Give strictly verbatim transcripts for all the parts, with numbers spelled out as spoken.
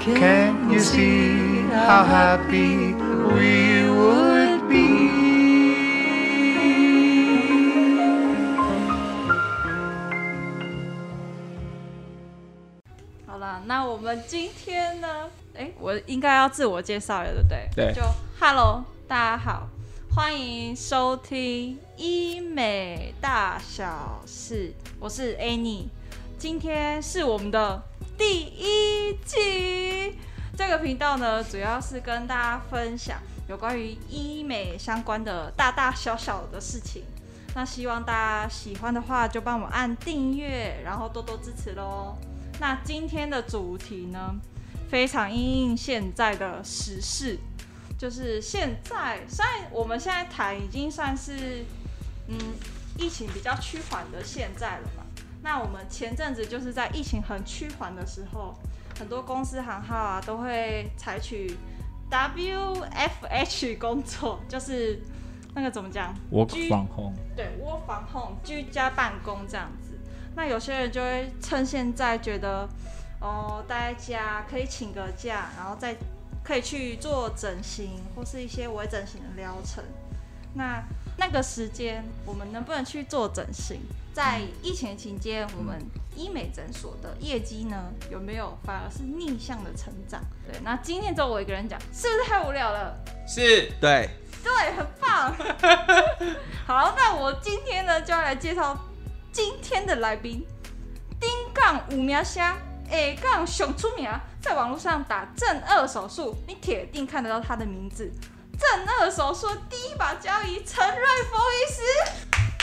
Can you see how happy we would be? 好了，那我们今天呢？哎，我应该要自我介绍了，对不对？ 对。 就 Hello， 大家好，欢迎收听医美大小事，我是 Annie， 今天是我们的第一集。这个频道呢，主要是跟大家分享有关于医美相关的大大小小的事情。那希望大家喜欢的话，就帮我按订阅，然后多多支持咯。那今天的主题呢，非常因应现在的时事，就是现在，虽然我们现在台已经算是嗯疫情比较趋缓的现在了嘛。那我们前阵子就是在疫情很趋缓的时候，很多公司行号啊都会采取 W F H 工作，就是那个怎么讲 ？Work from home。 对 ，Work from home， 居家办公这样子。那有些人就会趁现在觉得，哦，待在家可以请个假，然后再可以去做整形或是一些微整形的疗程。那那个时间，我们能不能去做整形？在疫情期间，我们医美诊所的业绩呢，有没有反而是逆向的成长？对，那今天只有我一个人讲，是不是太无聊了？ 是，对， 对，很棒。好，那我今天呢，就要来介绍今天的来宾，顶港有名声，下港上出名，在网络上打正二手术，你铁定看得到他的名字。正二手术第一把交椅陈瑞峰医师。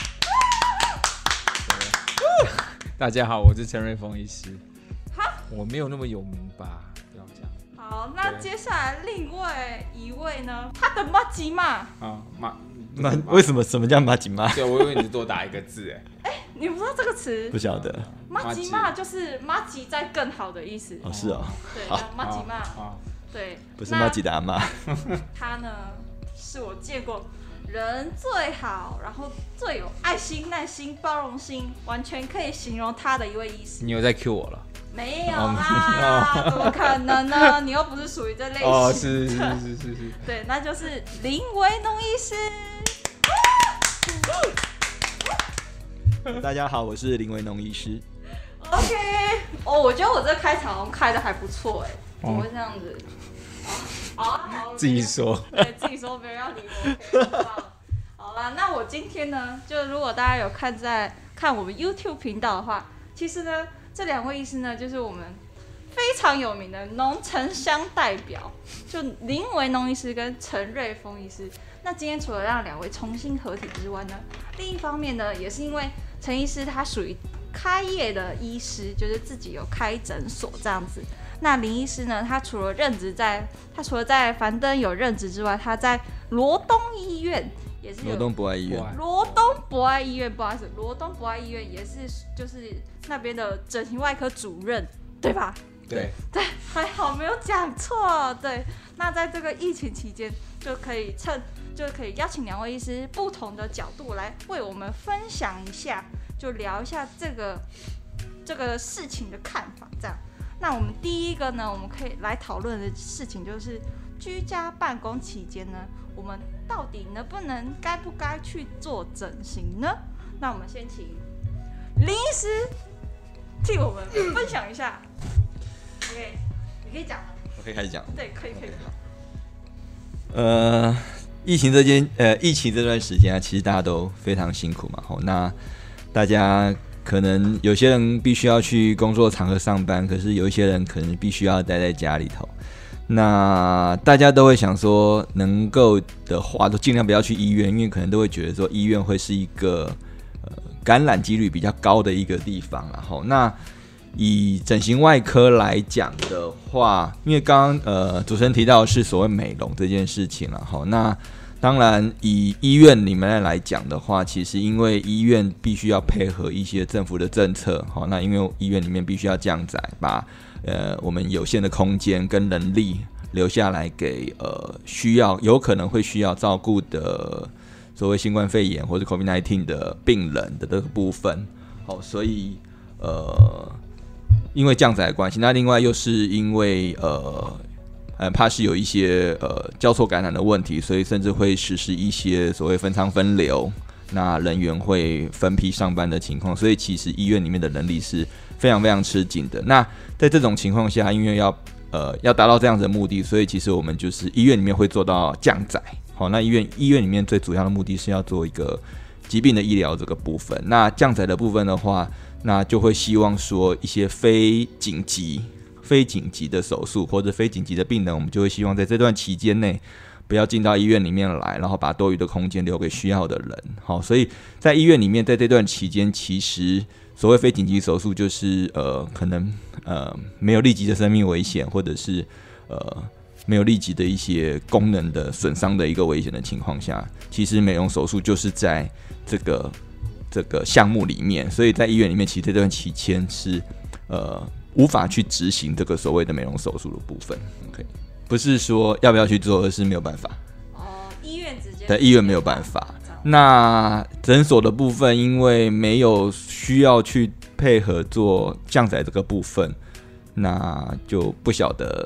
大家好，我是陈瑞峰医师。我没有那么有名吧？不要这样。 好，那接下来另外一位呢？他的麻吉嘛。 啊，麻那为什么什么叫麻吉嘛？ 对，我以为你是多打一个字哎。 哎，你不知道这个词？ 不晓得。 麻吉嘛就是麻吉在更好的意思。 哦，是哦。 对，麻吉嘛。对， 不是麻吉的阿妈。 他呢，是我见过人最好，然后最有爱心、耐心、包容心，完全可以形容他的一位医师。 你有在 cue 我了？ 没有啦，怎么可能呢？你又不是属于这类型的。 哦，是是是是是。 对，那就是林维农医师。 大家好，我是林维农医师。 OK， 哦，我觉得我这开场开的还不错哎，怎么会这样子？好啊，好， 自己说。 对，自己说，别人要理我。OK， 好啦，那我今天呢，就如果大家有看在看我们 YouTube 频道的话，其实呢，这两位医师呢，就是我们非常有名的农城乡代表，就林维农医师跟陈瑞峰医师。那今天除了让两位重新合体之外呢，另一方面呢，也是因为陈医师他属于开业的医师，就是自己有开诊所这样子。那林医师呢，他除了任职在他除了在凡登有任职之外，他在罗东医院也是有罗东博爱医院。 罗东博爱医院，不好意思，罗东博爱医院也是就是那边的整形外科主任，对吧？ 对对，还好没有讲错。对，那在这个疫情期间，就可以趁就可以邀请两位医师不同的角度来为我们分享一下，就聊一下这个这个事情的看法。这样，那我们第一个呢，我们可以来讨论的事情就是居家办公期间呢，我们到底能不能该不该去做整形呢？那我们先请林医师替我们分享一下。OK， 你可以讲吗？ 我可以开始讲。 对，可以可以。 呃，疫情这件呃疫情这段时间啊，其实大家都非常辛苦嘛。吼，那大家可能有些人必须要去工作场合上班，可是有一些人可能必须要待在家里头。那大家都会想说，能够的话都尽量不要去医院，因为可能都会觉得说医院会是一个呃感染几率比较高的一个地方。然后，那以整形外科来讲的话，因为刚刚呃主持人提到的是所谓美容这件事情了哈，那当然以医院里面来讲的话，其实因为医院必须要配合一些政府的政策，好，那因为医院里面必须要降载，把呃我们有限的空间跟人力留下来给呃需要有可能会需要照顾的所谓新冠肺炎或者 COVID 十九 的病人的这个部分，好，所以呃因为降载的关系，那另外又是因为呃呃怕是有一些呃交错感染的问题，所以甚至会实施一些所谓分仓分流，那人员会分批上班的情况，所以其实医院里面的人力是非常非常吃紧的。那在这种情况下，因为要呃要达到这样子的目的，所以其实我们就是医院里面会做到降载。好，那医院医院里面最主要的目的是要做一个疾病的医疗这个部分。那降载的部分的话，那就会希望说一些非紧急、非紧急的手术或者非紧急的病人，我们就会希望在这段期间内不要进到医院里面来，然后把多余的空间留给需要的人。好，所以在医院里面，在这段期间，其实所谓非紧急手术就是呃可能呃没有立即的生命危险，或者是呃。没有立即的一些功能的损伤的一个危险的情况下，其实美容手术就是在这个这个项目里面，所以在医院里面，其实这段期间是呃无法去执行这个所谓的美容手术的部分。OK， 不是说要不要去做，而是没有办法。 哦，医院直接在医院没有办法。那诊所的部分，因为没有需要去配合做降载这个部分，那就不晓得。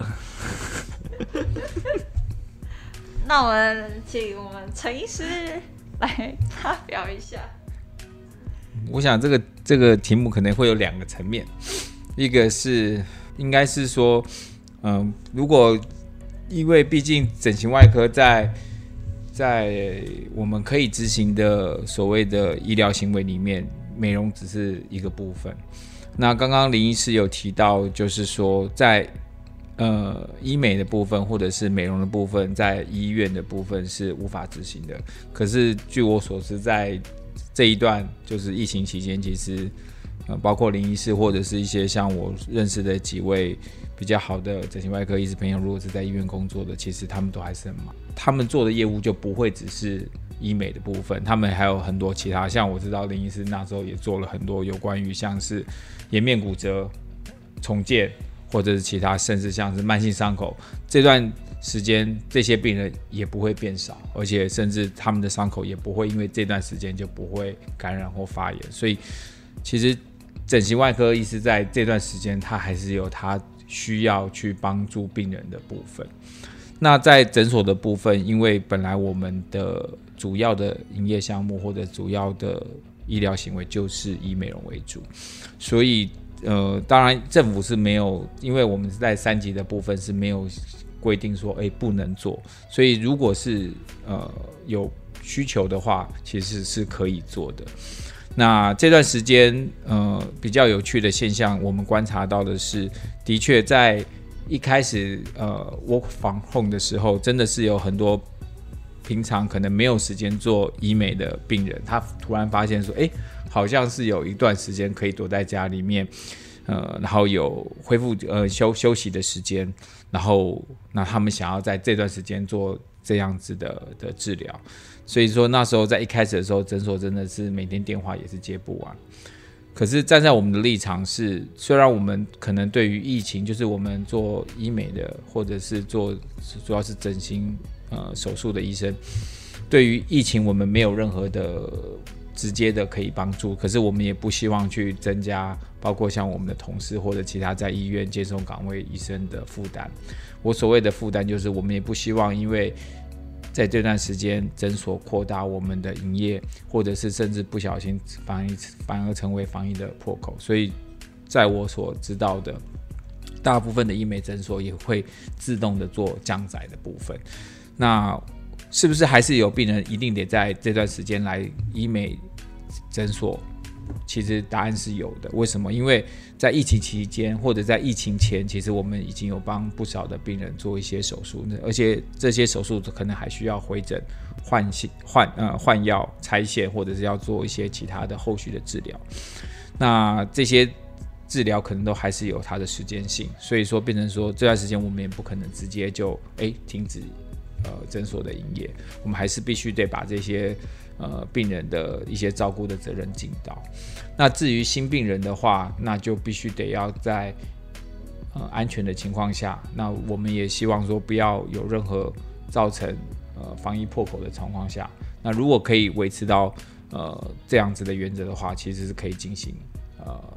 那我们请我们陈医师来发表一下。 我想这个这个题目可能会有两个层面，一个是应该是说，嗯、呃，如果因为毕竟整形外科在在我们可以执行的所谓的医疗行为里面，美容只是一个部分。那刚刚林医师有提到，就是说在呃，医美的部分或者是美容的部分，在医院的部分是无法执行的。可是据我所知，在这一段就是疫情期间，其实呃，包括林医师或者是一些像我认识的几位比较好的整形外科医师朋友，如果是在医院工作的，其实他们都还是很忙。他们做的业务就不会只是医美的部分，他们还有很多其他，像我知道林医师那时候也做了很多有关于像是颜面骨折重建，或者是其他，甚至像是慢性伤口，这段时间这些病人也不会变少，而且甚至他们的伤口也不会因为这段时间就不会感染或发炎。所以其实整形外科医师在这段时间，他还是有他需要去帮助病人的部分。那在诊所的部分，因为本来我们的主要的营业项目或者主要的医疗行为就是以美容为主，所以呃，当然政府是没有，因为我们是在三级的部分是没有规定说，哎，不能做。所以如果是呃有需求的话，其实是可以做的。那这段时间，呃，比较有趣的现象，我们观察到的是，的确在一开始呃 work from home 的时候，真的是有很多平常可能没有时间做医美的病人，他突然发现说，哎。好像是有一段时间可以躲在家里面，呃，然后有恢复呃休休息的时间，然后那他们想要在这段时间做这样子的的治疗，所以说那时候在一开始的时候，诊所真的是每天电话也是接不完。可是站在我们的立场是，虽然我们可能对于疫情，就是我们做医美的或者是做主要是整形呃手术的医生，对于疫情我们没有任何的直接的可以帮助，可是我们也不希望去增加包括像我们的同事或者其他在医院接受岗位医生的负担。我所谓的负担就是我们也不希望因为在这段时间诊所扩大我们的营业，或者是甚至不小心反反而成为防疫的破口。所以在我所知道的大部分的医美诊所也会自动的做降载的部分。那是不是还是有病人一定得在这段时间来医美诊所？其实答案是有的。为什么？因为在疫情期间或者在疫情前，其实我们已经有帮不少的病人做一些手术，而且这些手术可能还需要回诊、换换呃换药、拆线，或者是要做一些其他的后续的治疗。那这些治疗可能都还是有它的时间性，所以说变成说这段时间我们也不可能直接就哎停止呃诊所的营业，我们还是必须得把这些呃病人的一些照顾的责任尽到。那至于新病人的话，那就必须得要在呃安全的情况下，那我们也希望说不要有任何造成呃防疫破口的情况下，那如果可以维持到呃这样子的原则的话，其实是可以进行呃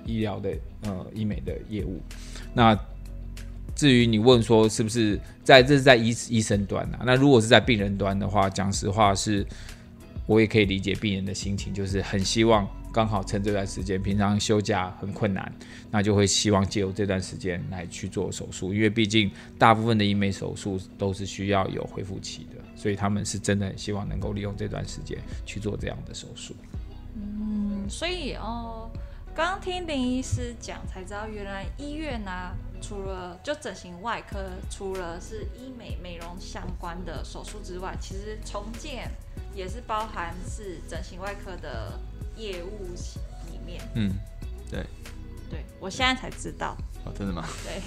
医疗的呃医美的业务。那至于你问说是不是在这是在 医, 医生端啊？那如果是在病人端的话，讲实话是，我也可以理解病人的心情，就是很希望刚好趁这段时间，平常休假很困难，那就会希望借由这段时间来去做手术，因为毕竟大部分的医美手术都是需要有恢复期的，所以他们是真的很希望能够利用这段时间去做这样的手术。 嗯，所以哦，刚刚听林医师讲才知道，原来医院啊，除了就整形外科，除了是医美美容相关的手术之外，其实重建也是包含是整形外科的业务里面。 嗯，对， 对我现在才知道。 哦，真的吗？ 对。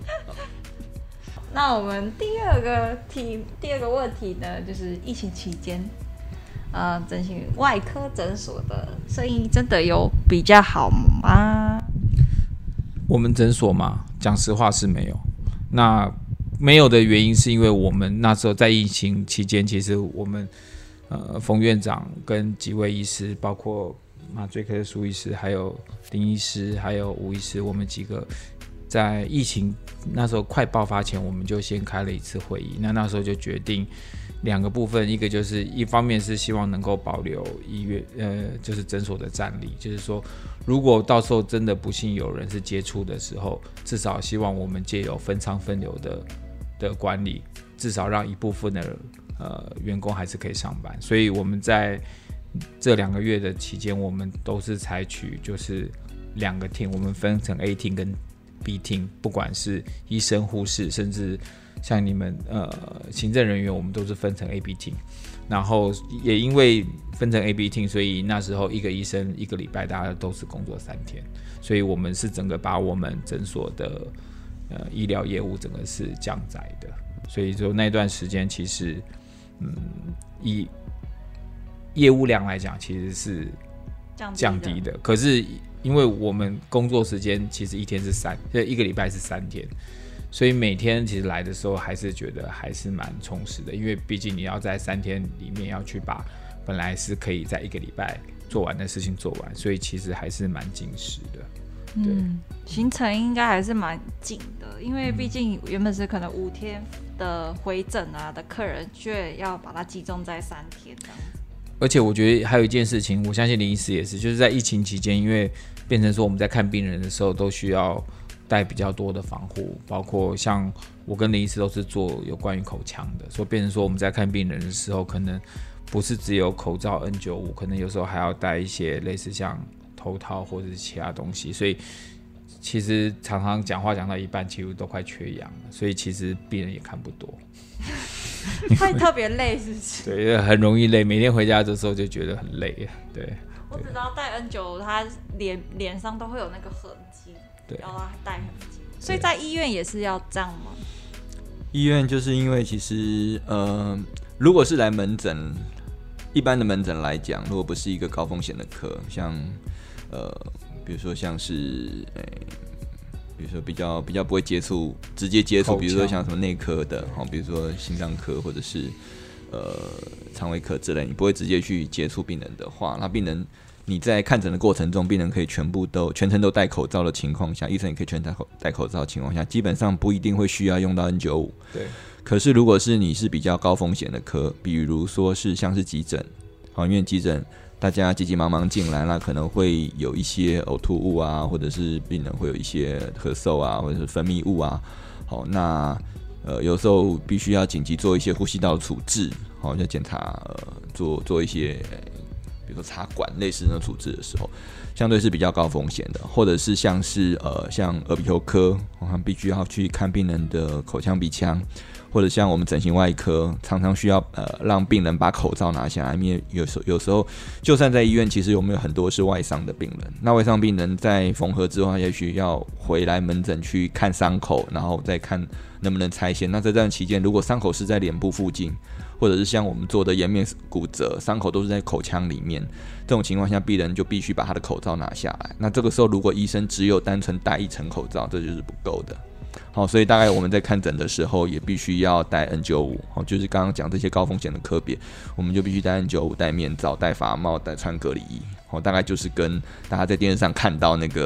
那我们第二个题，第二个问题呢，就是疫情期间，呃，整形外科诊所的生意真的有比较好吗？ 我们诊所嘛，讲实话是没有。那没有的原因是因为我们那时候在疫情期间，其实我们呃冯院长跟几位医师，包括麻醉科的苏医师，还有林医师，还有吴医师，我们几个在疫情那时候快爆发前，我们就先开了一次会议。那那时候就决定两个部分，一个就是一方面是希望能够保留医院呃就是诊所的战力，就是说如果到时候真的不幸有人是接触的时候，至少希望我们借由分仓分流的的管理，至少让一部分的呃员工还是可以上班。所以我们在这两个月的期间，我们都是采取就是两个 team， 我们分成 A team 跟 B team， 不管是医生、护士，甚至像你们呃行政人员，我们都是分成 A、B team。然后也因为分成 A、B team， 所以那时候一个医生一个礼拜大家都是工作三天，所以我们是整个把我们诊所的呃医疗业务整个是降载的。所以说那段时间其实嗯以业务量来讲，其实是降低的。可是因为我们工作时间其实一天是三，一个礼拜是三天，所以每天其实来的时候还是觉得还是蛮充实的。因为毕竟你要在三天里面要去把本来是可以在一个礼拜做完的事情做完，所以其实还是蛮紧实的。对， 嗯，行程应该还是蛮紧的，因为毕竟原本是可能五天的回诊啊的客人，却要把它集中在三天这样子。 而且我觉得还有一件事情，我相信林医师也是，就是在疫情期间，因为变成说我们在看病人的时候都需要带比较多的防护，包括像我跟林医师都是做有关于口腔的，所以变成说我们在看病人的时候，可能不是只有口罩 N 九十五， 可能有时候还要带一些类似像头套或者是其他东西，所以其实常常讲话讲到一半，几乎都快缺氧了，所以其实病人也看不多。 会特别累是不是？ 对，很容易累，每天回家的时候就觉得很累。对， 我只知道戴 N 九十五， 他脸脸上都会有那个痕迹， 对， 要他戴很紧。所以在医院也是要这样吗？ 医院就是因为其实呃，如果是来门诊，一般的门诊来讲，如果不是一个高风险的科，像呃，比如说像是诶。欸比如说比较比较不会接触直接接触，比如说像什么内科的，比如说心脏科或者是呃肠胃科之类，你不会直接去接触病人的话，那病人你在看诊的过程中，病人可以全部都全程都戴口罩的情况下，医生也可以全程戴口罩的情况下，基本上不一定会需要用到 N 九十五。 对。 可是如果是你是比较高风险的科，比如说是像是急诊，好，因为急诊大家急急忙忙进来，那可能会有一些呕吐物啊，或者是病人会有一些咳嗽啊，或者是分泌物啊。好，那呃有时候必须要紧急做一些呼吸道的处置，好，要检查呃做做一些，比如说插管类似的处置的时候，相对是比较高风险的，或者是像是呃像耳鼻喉科，我们必须要去看病人的口腔鼻腔。或者像我们整形外科，常常需要呃让病人把口罩拿下来，因为有时候有时候就算在医院，其实有没有很多是外伤的病人。那外伤病人在缝合之后，也许要回来门诊去看伤口，然后再看能不能拆线。那在这段期间，如果伤口是在脸部附近，或者是像我们做的颜面骨折，伤口都是在口腔里面，这种情况下，病人就必须把他的口罩拿下来。那这个时候，如果医生只有单纯戴一层口罩，这就是不够的。好，所以大概我们在看诊的时候也必须要戴 N 九十五， 好，就是刚刚讲这些高风险的科别，我们就必须戴 N 九十五、戴面罩、戴发帽、戴穿隔离衣，好，大概就是跟大家在电视上看到那个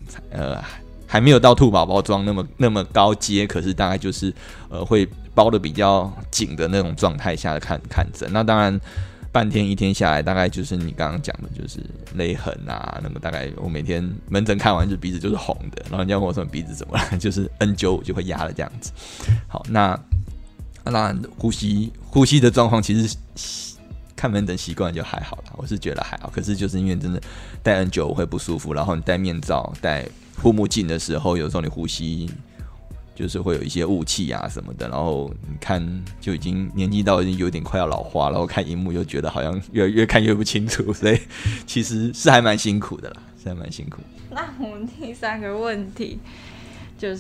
呃还没有到兔宝宝装那么那么高阶，可是大概就是呃会包的比较紧的那种状态下的看看诊。那当然半天一天下来，大概就是你刚刚讲的，就是勒痕啊，那么大概我每天门诊看完就鼻子就是红的，然后人家问我说鼻子怎么了，就是 N 九十五 就会压了这样子。好，那当然呼吸呼吸的状况其实看门诊习惯就还好啦，我是觉得还好。可是就是因为真的戴 N 九十五 会不舒服，然后你戴面罩、戴护目镜的时候，有时候你呼吸就是会有一些雾气啊什么的，然后你看就已经年纪到已经有点快要老花，然后看荧幕又觉得好像越越看越不清楚，所以其实是还蛮辛苦的啦，是还蛮辛苦。 那我们第三个问题就是，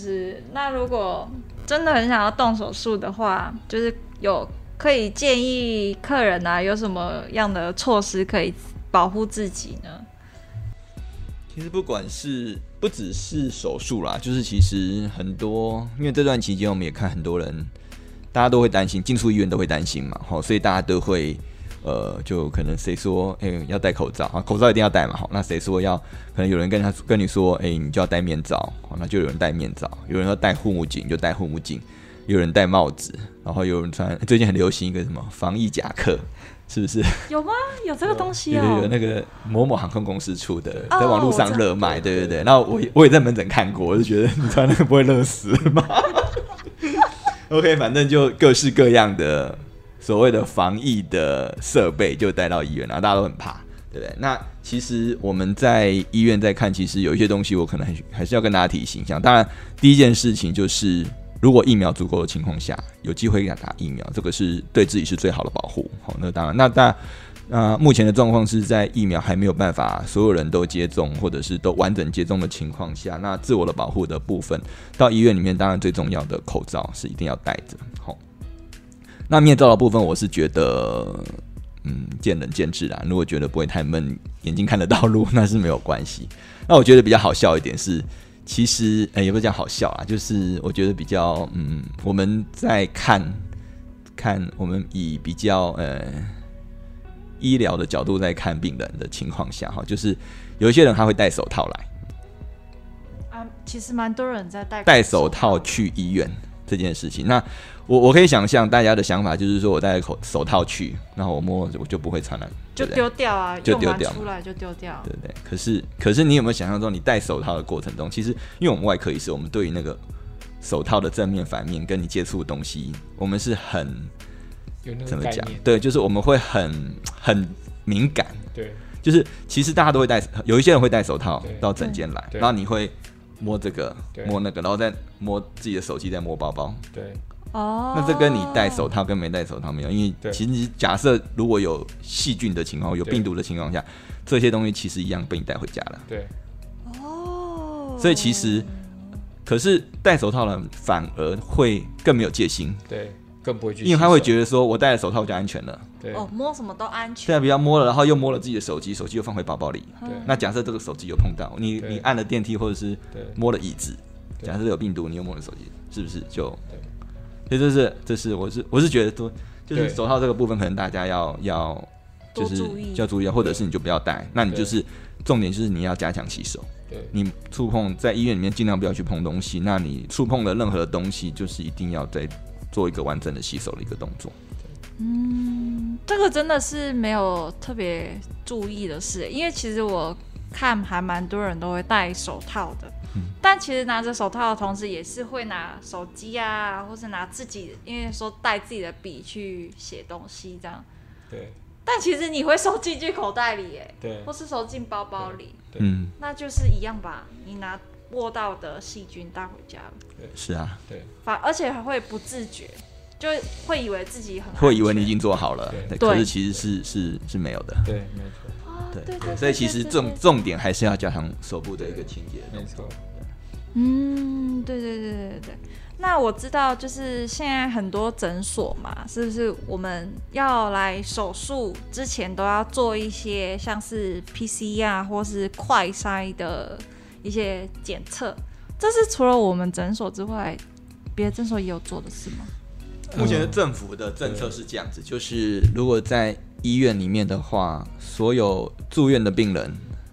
那如果真的很想要动手术的话，就是有可以建议客人啊，有什么样的措施可以保护自己呢？ 其实不管是不只是手术啦，就是其实很多，因为这段期间我们也看很多人，大家都会担心，进出医院都会担心嘛，所以大家都会呃，就可能谁说哎、欸、要戴口罩啊，口罩一定要戴嘛，好，那谁说要，可能有人跟他跟你说哎、欸、你就要戴面罩，那就有人戴面罩，有人要戴护目镜就戴护目镜，有人戴帽子，然后有人穿最近很流行一个什么防疫夹克。是不是有吗？有这个东西哦。 有有有，那个某某航空公司出的， 哦、 在网络上热卖，对对对。然后我我也在门诊看过，我就觉得你穿那个不会热死吗？OK， 反正就各式各样的所谓的防疫的设备就带到医院，然后大家都很怕，对不对？那其实我们在医院在看，其实有一些东西我可能还是要跟大家提醒一下。当然，第一件事情就是。如果疫苗足够的情况下，有机会给他打疫苗，这个是对自己是最好的保护。好，那当然，那大呃目前的状况是在疫苗还没有办法所有人都接种，或者是都完整接种的情况下，那自我的保护的部分，到医院里面当然最重要的口罩是一定要戴着。好，那面罩的部分，我是觉得嗯见仁见智啦。如果觉得不会太闷，眼睛看得到路，那是没有关系。那我觉得比较好笑一点是。其实，欸、也不是讲好笑啦，就是我觉得比较，嗯，我们在看看我们以比较呃医疗的角度在看病人的情况下，哈，就是有一些人他会戴手套来， 啊，其实蛮多人在戴戴手套去医院这件事情。那我我可以想象大家的想法就是说我戴口手套去，然后我摸我就不会传染。 就丢掉啊， 就丢掉， 出来就丢掉， 对不对？可是，可是你有没有想象中，你戴手套的过程中，其实因为我们外科医师，我们对于那个手套的正面、反面跟你接触的东西，我们是很有那个怎么讲？ 概念， 对，就是我们会很很敏感， 对， 就是其实大家都会戴，有一些人会戴手套到诊间来， 对然后你会摸这个、摸那个，然后再摸自己的手机，再摸包包， 对。 哦， 那这跟你戴手套跟没戴手套没有，因为其实假设如果有细菌的情况、有病毒的情况下，这些东西其实一样被你带回家了。 对， 哦， 所以其实，可是戴手套的人反而会更没有戒心， 对，更不会去， 因为他会觉得说我戴了手套就安全了。 对， 哦，摸什么都安全。 对啊，比较摸了，然后又摸了自己的手机，手机又放回包包里。 对， 那假设这个手机有碰到你，你按了电梯或者是摸了椅子，假设有病毒，你又摸了手机，是不是就？所以这是，这是我是我是觉得说，就是手套这个部分，可能大家要要就是要注意，或者是你就不要戴。那你就是重点就是你要加强洗手。 对， 你触碰在医院里面尽量不要去碰东西。那你触碰了任何的东西，就是一定要再做一个完整的洗手的一个动作。 嗯，这个真的是没有特别注意的事，因为其实我看还蛮多人都会戴手套的。但其实拿着手套的同时，也是会拿手机啊，或是拿自己，因为说带自己的笔去写东西这样。 对。但其实你会收进去口袋里，哎， 对， 或是收进包包里， 嗯， 那就是一样吧。你拿握到的细菌带回家了。 对， 是啊， 对。 反而且还会不自觉，就会以为自己很安全， 会以为你已经做好了， 对， 可是其实是是是没有的。 对，没错。 哦、对, 对, 对, 对， 所以其实重重点还是要加强手部的一个清洁。 没错。 嗯，对对对对对。那我知道，就是现在很多诊所嘛，是不是我们要来手术之前都要做一些像是 P C R 或是快筛的一些检测？这是除了我们诊所之外，别的诊所也有做的事吗？ 目前的政府的政策是这样子，就是如果在医院里面的话，所有住院的病人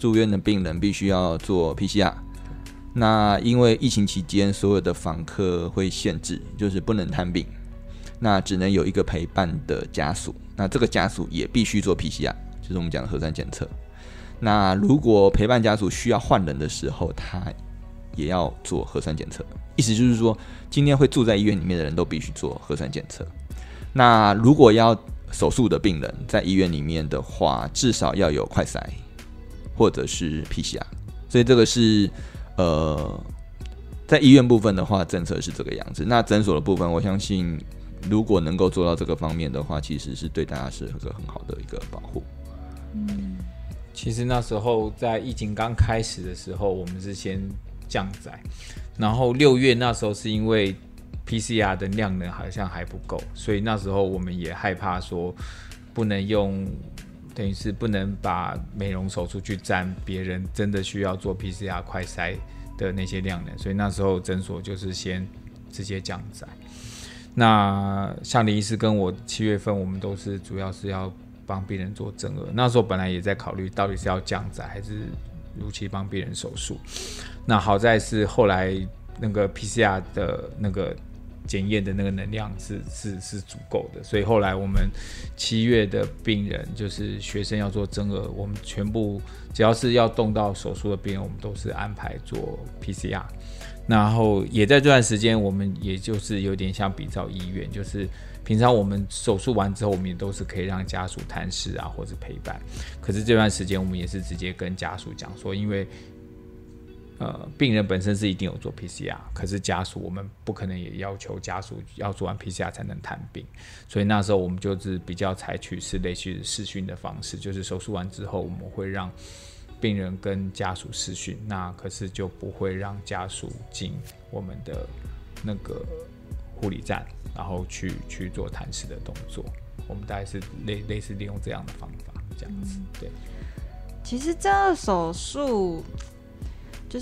住院的病人必须要做 P C R。那因为疫情期间，所有的访客会限制，就是不能探病，那只能有一个陪伴的家属。那这个家属也必须做 P C R， 就是我们讲的核酸检测。那如果陪伴家属需要换人的时候，他也要做核酸检测。意思就是说，今天会住在医院里面的人都必须做核酸检测。那如果要手术的病人在医院里面的话，至少要有快筛或者是 P C R。所以这个是呃，在医院部分的话，政策是这个样子。那诊所的部分，我相信如果能够做到这个方面的话，其实是对大家是一个很好的一个保护。 嗯，其实那时候在疫情刚开始的时候，我们是先降载，然后六月那时候是因为 P C R 的量能好像还不够，所以那时候我们也害怕说不能用。等于是不能把美容手术去占别人真的需要做 P C R 快筛的那些量能，所以那时候诊所就是先直接降载。那像林医师跟我七月份，我们都是主要是要帮病人做正颌，那时候本来也在考虑到底是要降载还是如期帮病人手术。那好在是后来那个 P C R 的那个检验的那个能量是是是足够的，所以后来我们七月的病人就是学生要做正颌，我们全部只要是要动到手术的病人，我们都是安排做 P C R。然后也在这段时间，我们也就是有点像比照医院，就是平常我们手术完之后，我们也都是可以让家属探视啊，或者陪伴。可是这段时间，我们也是直接跟家属讲说，因为呃，病人本身是一定有做 P C R， 可是家属我们不可能也要求家属要做完 P C R 才能探病，所以那时候我们就是比较采取是类似视讯的方式，就是手术完之后我们会让病人跟家属视讯，那可是就不会让家属进我们的那个护理站，然后去去做探视的动作。我们大概是 类, 类似利用这样的方法，这样子。对， 其实这个手术。就是，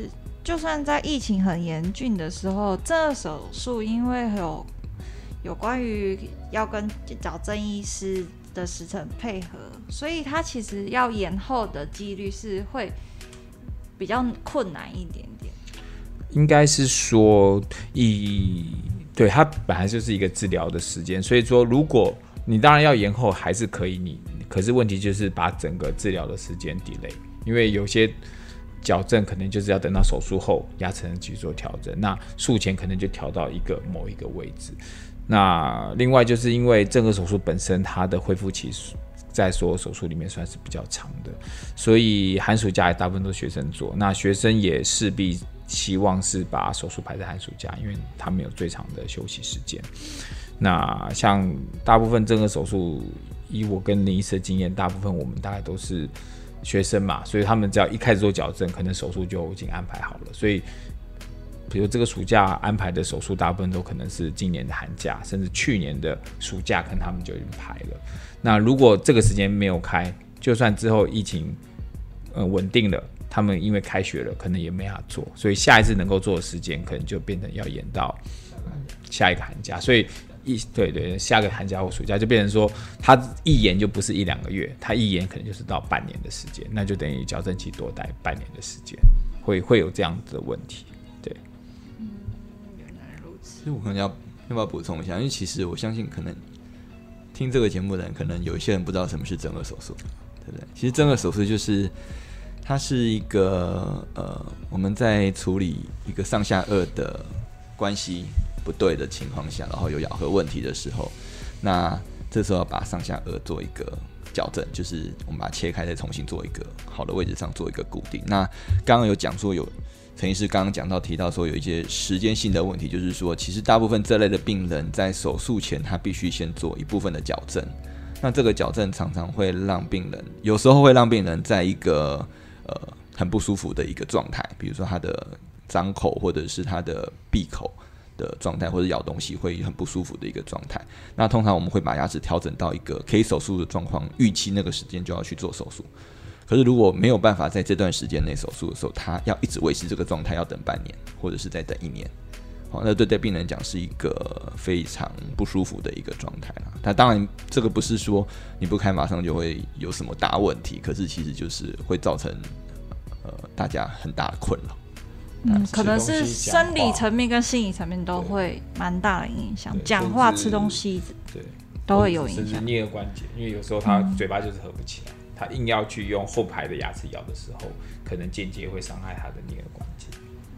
就算在疫情很严峻的时候，这个手术因为有有关于要跟矫正医师的时程配合，所以它其实要延后的几率是会比较困难一点点。 应该是说，以对它本来就是一个治疗的时间，所以说如果你当然要延后还是可以，你可是问题就是把整个治疗的时间 delay， 因为有些。矫正可能就是要等到手术后牙齿能去做调整，那术前可能就调到一个某一个位置。那另外就是因为正颌手术本身它的恢复期在所有手术里面算是比较长的，所以寒暑假也大部分都是学生做，那学生也势必希望是把手术排在寒暑假，因为他们有最长的休息时间。那像大部分正颌手术，以我跟林医师的经验，大部分我们大概都是学生嘛，所以他们只要一开始做矫正，可能手术就已经安排好了。所以，比如这个暑假安排的手术，大部分都可能是今年的寒假，甚至去年的暑假，可能他们就已经排了。那如果这个时间没有开，就算之后疫情呃稳定了，他们因为开学了，可能也没法做，所以下一次能够做的时间，可能就变成要延到下一个寒假。所以。一对对，下个寒假或暑假就变成说，他一延就不是一两个月，他一延可能就是到半年的时间，那就等于矫正期多待半年的时间，会会有这样子的问题。对， 嗯，原来如此。 其实我可能要要不要补充一下，因为其实我相信，可能听这个节目的人，可能有一些人不知道什么是正颌手术，对不对？其实正颌手术就是它是一个呃，我们在处理一个上下颚的关系。不对的情况下，然后有咬合问题的时候，那这时候要把上下颚做一个矫正，就是我们把它切开，再重新做一个好的位置上做一个固定。那刚刚有讲说有陈医师刚刚讲到提到说有一些时间性的问题，就是说其实大部分这类的病人在手术前他必须先做一部分的矫正，那这个矫正常常会让病人有时候会让病人在一个呃很不舒服的一个状态，比如说他的张口或者是他的闭口的状态，或者咬东西会很不舒服的一个状态。那通常我们会把牙齿调整到一个可以手术的状况，预期那个时间就要去做手术。可是如果没有办法在这段时间内手术的时候，他要一直维持这个状态，要等半年，或者是再等一年， 好，那对对病人讲是一个非常不舒服的一个状态啦。那当然，这个不是说你不开马上就会有什么大问题，可是其实就是会造成呃大家很大的困扰。 嗯，可能是生理层面跟心理层面都会蛮大的影响，讲话、吃东西，对，都会有影响。 甚至颞颌关节，因为有时候他嘴巴就是合不起来，嗯、他硬要去用后排的牙齿咬的时候，可能间接会伤害他的颞颌关节。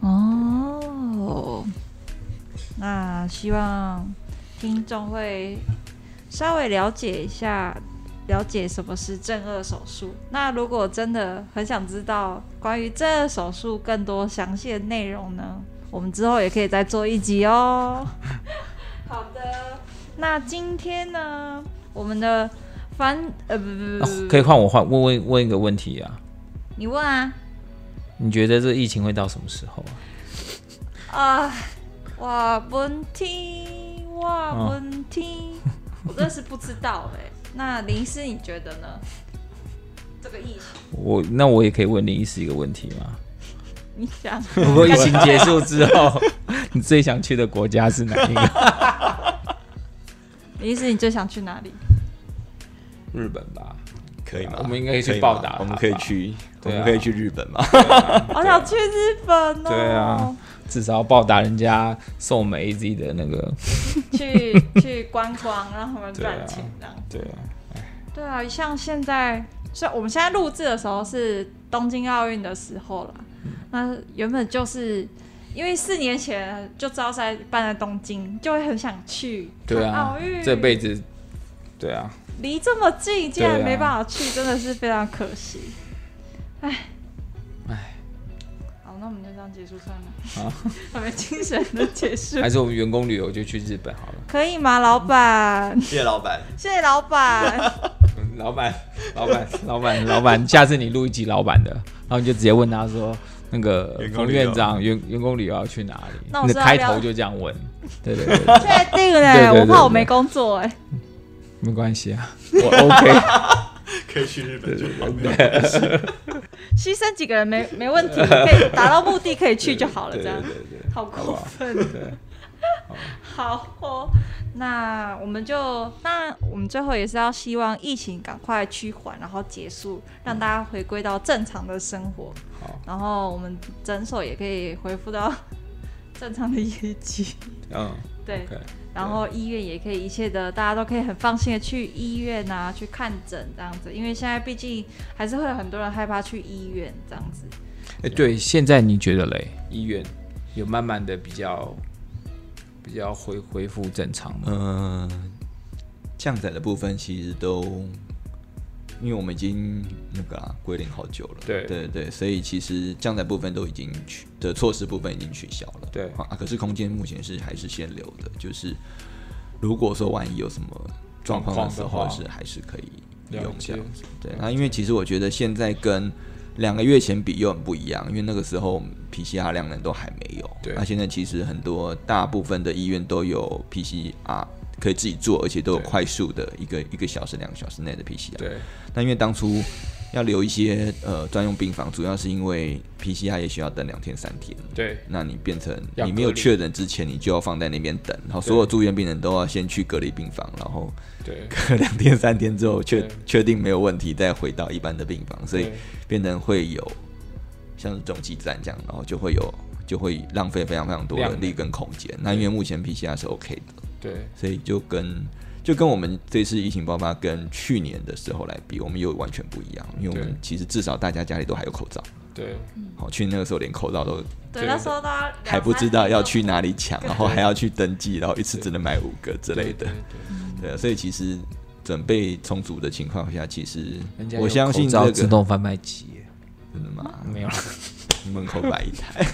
哦，那希望听众会稍微了解一下。了解什么是正颚手术。那如果真的很想知道关于正颚手术更多详细的内容呢，我们之后也可以再做一集哦。好的，那今天呢，我们的翻呃不不不、哦， 可以换我换问问问一个问题啊？ 你问啊？ 你觉得这个疫情会到什么时候啊？ 啊，我问题，我问题，哦、我真的是不知道哎、欸。那林医师你觉得呢？这个疫情， 我那我也可以问林医师一个问题吗？ 你想， 如果疫情结束之后，你最想去的国家是哪一个？ 林医师，你最想去哪里？ 日本吧， 可以吗？ 我们应该可以去报答， 我们可以去，我们可以去日本嘛？ 好想去日本哦！ 对啊，至少要报答人家送我们 A Z 的那个去去观光，让他们赚钱这样。 对啊， 对啊，像现在，所以我们现在录制的时候是东京奥运的时候啦。嗯、那原本就是因为四年前就知道在办在东京，就会很想去看奥运。 这辈子，对啊， 离这么近，竟然没办法去，真的是非常可惜。哎， 哎， 好，那我们就这样结束算了。好，还没精神的结束。 还是我们员工旅游就去日本好了？ 可以吗，老板？ 谢谢老板， 谢谢老板。 老板，老板，老板，老板，下次你录一集老板的，然后你就直接问他说，那个冯院长员员工旅游要去哪里？那你的开头就这样问。对对对， 确定嘞，我怕我没工作哎。 没关系啊，我 OK。 可以去日本就好， 牺牲几个人没没问题，可以达到目的，可以去就好了，这样。 对对对， 好过分。好哦，那我们就那我们最后也是要希望疫情赶快趋缓，然后结束，让大家回归到正常的生活。好，然后我们诊所也可以恢复到正常的业绩。嗯，对。Okay.然后医院也可以一切的，大家都可以很放心的去医院啊，去看诊这样子，因为现在毕竟还是会有很多人害怕去医院这样子。 哎，对，现在你觉得嘞？医院有慢慢的比较比较恢恢复正常吗？ 嗯、呃，降载的部分其实都，因为我们已经那个啊归零好久了， 对对对，所以其实降载部分都已经取的措施部分已经取消了， 对啊，可是空间目前是还是先留的，就是如果说万一有什么状况的时候，是还是可以用这样子。对，那因为其实我觉得现在跟两个月前比又很不一样，因为那个时候 P C R 量能都还没有，对，那现在其实很多大部分的医院都有 P C R。可以自己做，而且都有快速的一个一个小时、两个小时内的 P C R。对。那因为当初要留一些呃专用病房，主要是因为 P C R 也需要等两天、三天。 对。 那你变成你没有确诊之前，你就要放在那边等，然后所有住院病人都要先去隔离病房，然后对隔两天、三天之后确确定没有问题，再回到一般的病房，所以变成会有像是中继站这样，然后就会有就会浪费非常非常多人力跟空间。那因为目前 P C R 是 OK 的。对，所以就跟就跟我们这次疫情爆发跟去年的时候来比，我们又完全不一样，因为我们其实至少大家家里都还有口罩。对，好，去年那个时候连口罩都对，那时候大家还不知道要去哪里抢，然后还要去登记，然后一次只能买五个之类的。对啊，所以其实准备充足的情况下，其实我相信这个自动贩卖机， 真的吗？ 没有了， 门口摆一台。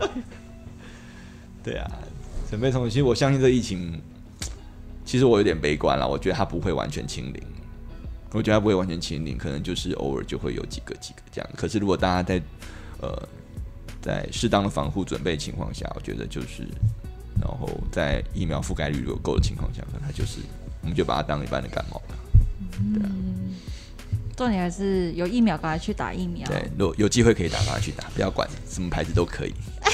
对啊，准备充足，其实我相信这疫情。其实我有点悲观了，我觉得它不会完全清零，我觉得它不会完全清零，可能就是偶尔就会有几个几个这样。可是如果大家在呃在适当的防护准备情况下，我觉得就是，然后在疫苗覆盖率如果够的情况下，可能它就是我们就把它当一般的感冒了。对啊， 重点还是有疫苗赶快去打疫苗。 对，如果有机会可以打，赶快去打，不要管什么牌子都可以。 这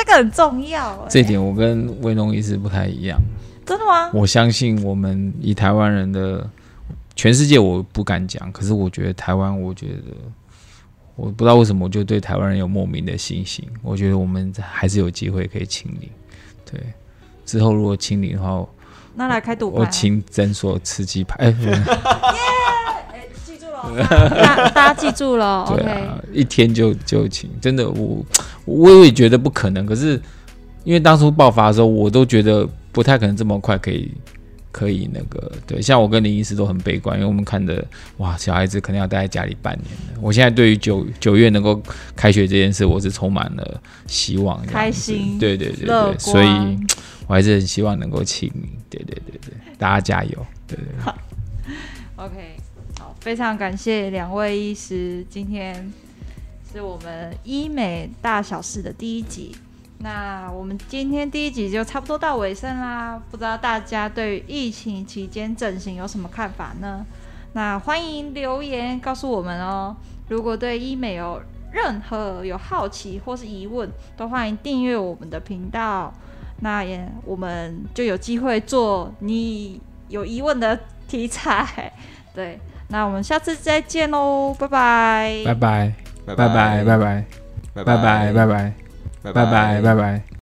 个很重要、欸。 这一点我跟威农医师不太一样。 真的吗？ 我相信我们以台湾人的，全世界我不敢讲，可是我觉得台湾，我觉得我不知道为什么，我就对台湾人有莫名的信心。我觉得我们还是有机会可以清零。对，之后如果清零的话， 那来开赌盘、啊。 我请诊所吃鸡排。哎、欸， 欸、记住了，大大家记住了。 对啊 OK， 一天就就请，真的我我也觉得不可能。可是因为当初爆发的时候，我都觉得不太可能这么快可以可以那个对。像我跟林医师都很悲观，因为我们看的哇，小孩子可能要待在家里半年了。我现在对于九九月能够开学这件事，我是充满了希望， 开心， 对对对对，所以我还是很希望能够清明。对对对对，大家加油！对对对。 OK， 好，非常感谢两位医师，今天是我们医美大小事的第一集。那我们今天第一集就差不多到尾声啦，不知道大家对于疫情期间整形有什么看法呢？那欢迎留言告诉我们哦。如果对医美有任何有好奇或是疑问，都欢迎订阅我们的频道。那也我们就有机会做你有疑问的题材。对，那我们下次再见喽，拜拜， 拜拜， 拜拜拜，拜拜，拜拜，拜拜，拜拜，拜拜。